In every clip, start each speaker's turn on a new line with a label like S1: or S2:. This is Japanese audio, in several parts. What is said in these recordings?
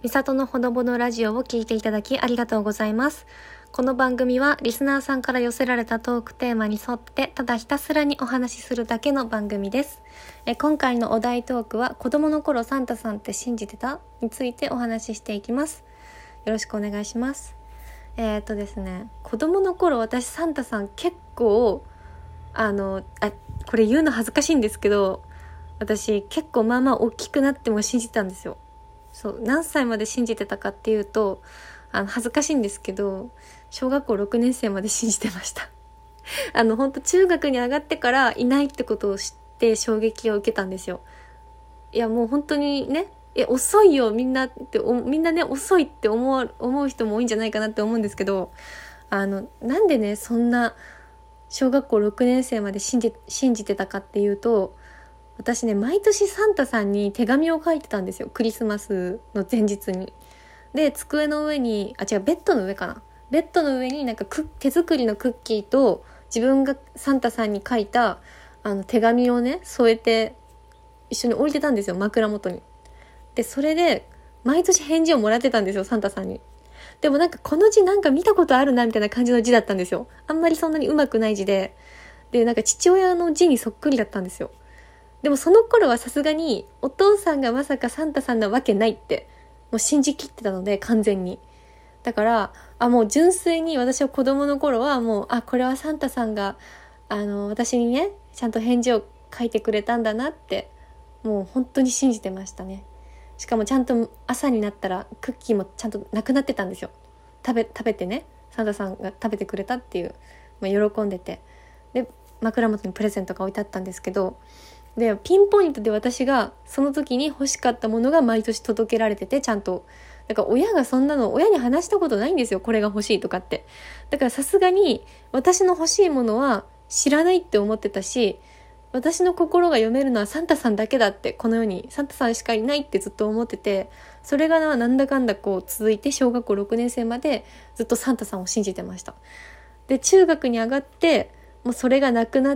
S1: みさとのほのぼのラジオを聞いていただきありがとうございます。この番組はリスナーさんから寄せられたトークテーマに沿ってただひたすらにお話しするだけの番組です。今回のお題トークは子供の頃サンタさんって信じてた？についてお話ししていきます。よろしくお願いします。ですね、子供の頃私サンタさん結構これ言うの恥ずかしいんですけど、私結構まあまあ大きくなっても信じてたんですよ。そう、何歳まで信じてたかっていうと、恥ずかしいんですけど、小学校6年生まで信じてました。本当中学に上がってからいないってことを知って衝撃を受けたんですよ。いやもう本当にね、遅いよみんなみんなね遅いって思う人も多いんじゃないかなって思うんですけど、なんでねそんな小学校6年生まで信じてたかっていうと、私ね毎年サンタさんに手紙を書いてたんですよ。クリスマスの前日に。で机の上にベッドの上かな、ベッドの上になんか手作りのクッキーと自分がサンタさんに書いた手紙をね添えて一緒に置いてたんですよ、枕元に。でそれで毎年返事をもらってたんですよ、サンタさんに。でもなんかこの字なんか見たことあるなみたいな感じの字だったんですよ。あんまりそんなに上手くない字で、なんか父親の字にそっくりだったんですよ。でもその頃はさすがにお父さんがまさかサンタさんなわけないってもう信じきってたので、完全に。だからもう純粋に私は子供の頃はもうこれはサンタさんが私にねちゃんと返事を書いてくれたんだなってもう本当に信じてましたね。しかもちゃんと朝になったらクッキーもちゃんとなくなってたんですよ。食べてね、サンタさんが食べてくれたっていう、喜んでて、で枕元にプレゼントが置いてあったんですけど、でピンポイントで私がその時に欲しかったものが毎年届けられてて、ちゃんとだから親がそんなの親に話したことないんですよ、これが欲しいとかって。だからさすがに私の欲しいものは知らないって思ってたし、私の心が読めるのはサンタさんだけだって、この世にサンタさんしかいないってずっと思ってて、それがなんだかんだ続いて小学校6年生までずっとサンタさんを信じてました。で中学に上がってもうそれがなくなって、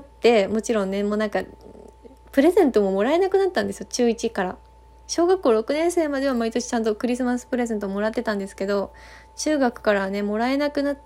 S1: もちろんねもうなんかプレゼントももらえなくなったんですよ、中1から。小学校6年生までは毎年ちゃんとクリスマスプレゼントもらってたんですけど、中学からはねもらえなくなって、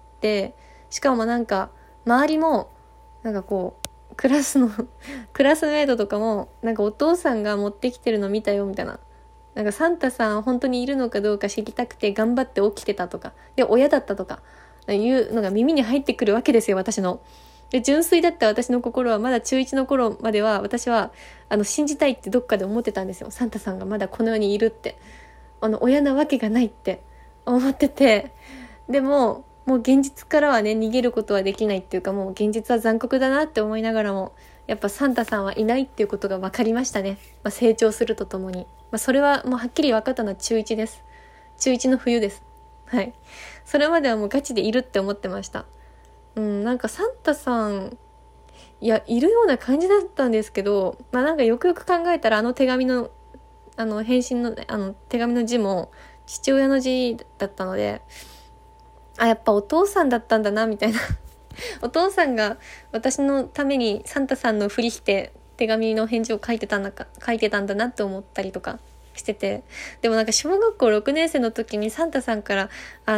S1: しかもなんか周りもなんかクラスメイトとかもなんかお父さんが持ってきてるの見たよみたいな、なんかサンタさん本当にいるのかどうか知りたくて頑張って起きてたとかで親だったとかいうのが耳に入ってくるわけですよ、私の。で純粋だった私の心はまだ中1の頃までは私は信じたいってどっかで思ってたんですよ。サンタさんがまだこの世にいるって、親なわけがないって思ってて、でももう現実からはね逃げることはできないっていうか、もう現実は残酷だなって思いながらもやっぱサンタさんはいないっていうことが分かりましたね。成長するとともに、それはもうはっきり分かったのは中1です。中1の冬です。はい。それまではもうガチでいるって思ってました。なんかサンタさんいるような感じだったんですけど、なんかよくよく考えたら手紙の返信の手紙の字も父親の字だったので、やっぱお父さんだったんだなみたいなお父さんが私のためにサンタさんのふりして手紙の返事を書いてたんだなって思ったりとかしてて、でもなんか小学校6年生の時にサンタさんから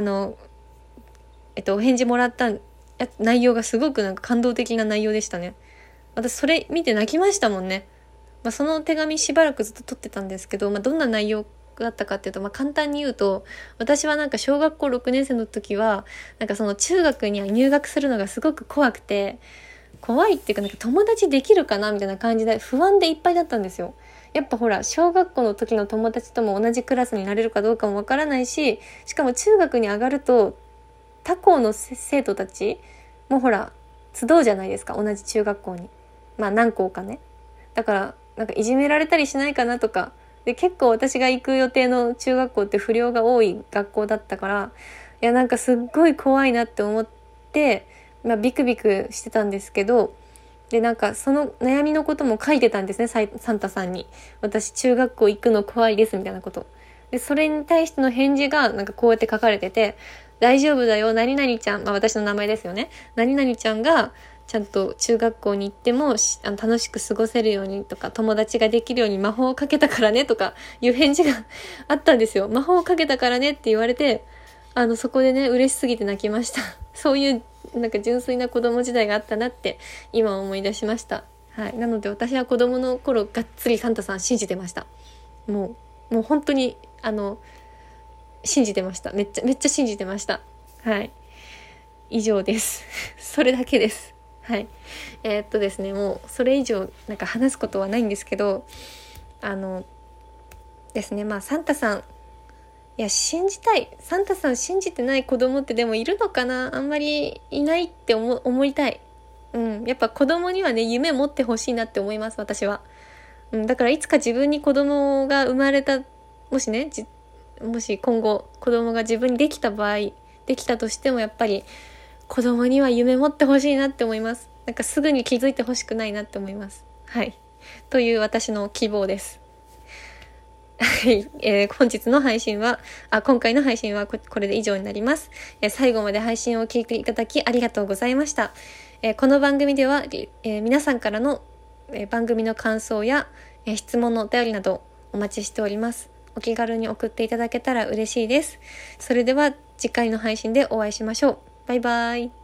S1: お返事もらった内容がすごくなんか感動的な内容でしたね。私それ見て泣きましたもんね。その手紙しばらくずっと取ってたんですけど、どんな内容だったかっていうと、簡単に言うと、私はなんか小学校6年生の時はなんかその中学に入学するのがすごく怖くて、怖いっていうかなんか友達できるかなみたいな感じで不安でいっぱいだったんですよ。やっぱほら小学校の時の友達とも同じクラスになれるかどうかもわからないし、しかも中学に上がると他校の生徒たちもほら集うじゃないですか、同じ中学校に。何校かね。だからなんかいじめられたりしないかなとかで、結構私が行く予定の中学校って不良が多い学校だったから、なんかすっごい怖いなって思って、ビクビクしてたんですけど、でなんかその悩みのことも書いてたんですね、サンタさんに。私中学校行くの怖いですみたいなこと。でそれに対しての返事がなんかこうやって書かれてて、大丈夫だよ何々ちゃん、私の名前ですよね、何々ちゃんがちゃんと中学校に行っても楽しく過ごせるようにとか、友達ができるように魔法をかけたからねとかいう返事があったんですよ。魔法をかけたからねって言われて、そこでね、嬉しすぎて泣きました。そういうなんか純粋な子供時代があったなって今思い出しました。はい。なので私は子供の頃がっつりサンタさん信じてました。もう本当に信じてました。めっちゃ信じてました。はい。以上です。それだけです。はい。ですね、もうそれ以上なんか話すことはないんですけど、ですね、サンタさん、いや信じたい。サンタさん信じてない子供ってでもいるのかな。あんまりいないって思いたい。やっぱ子供にはね、夢持ってほしいなって思います、私は。だからいつか自分に子供が生まれた、もし今後子供が自分にできたとしても、やっぱり子供には夢持ってほしいなって思います。なんかすぐに気づいてほしくないなって思います。はい。という私の希望です。はい、今回の配信はこれで以上になります。最後まで配信を聞いていただきありがとうございました。この番組では、皆さんからの、番組の感想や、質問のお便りなどお待ちしております。お気軽に送っていただけたら嬉しいです。それでは次回の配信でお会いしましょう。バイバイ。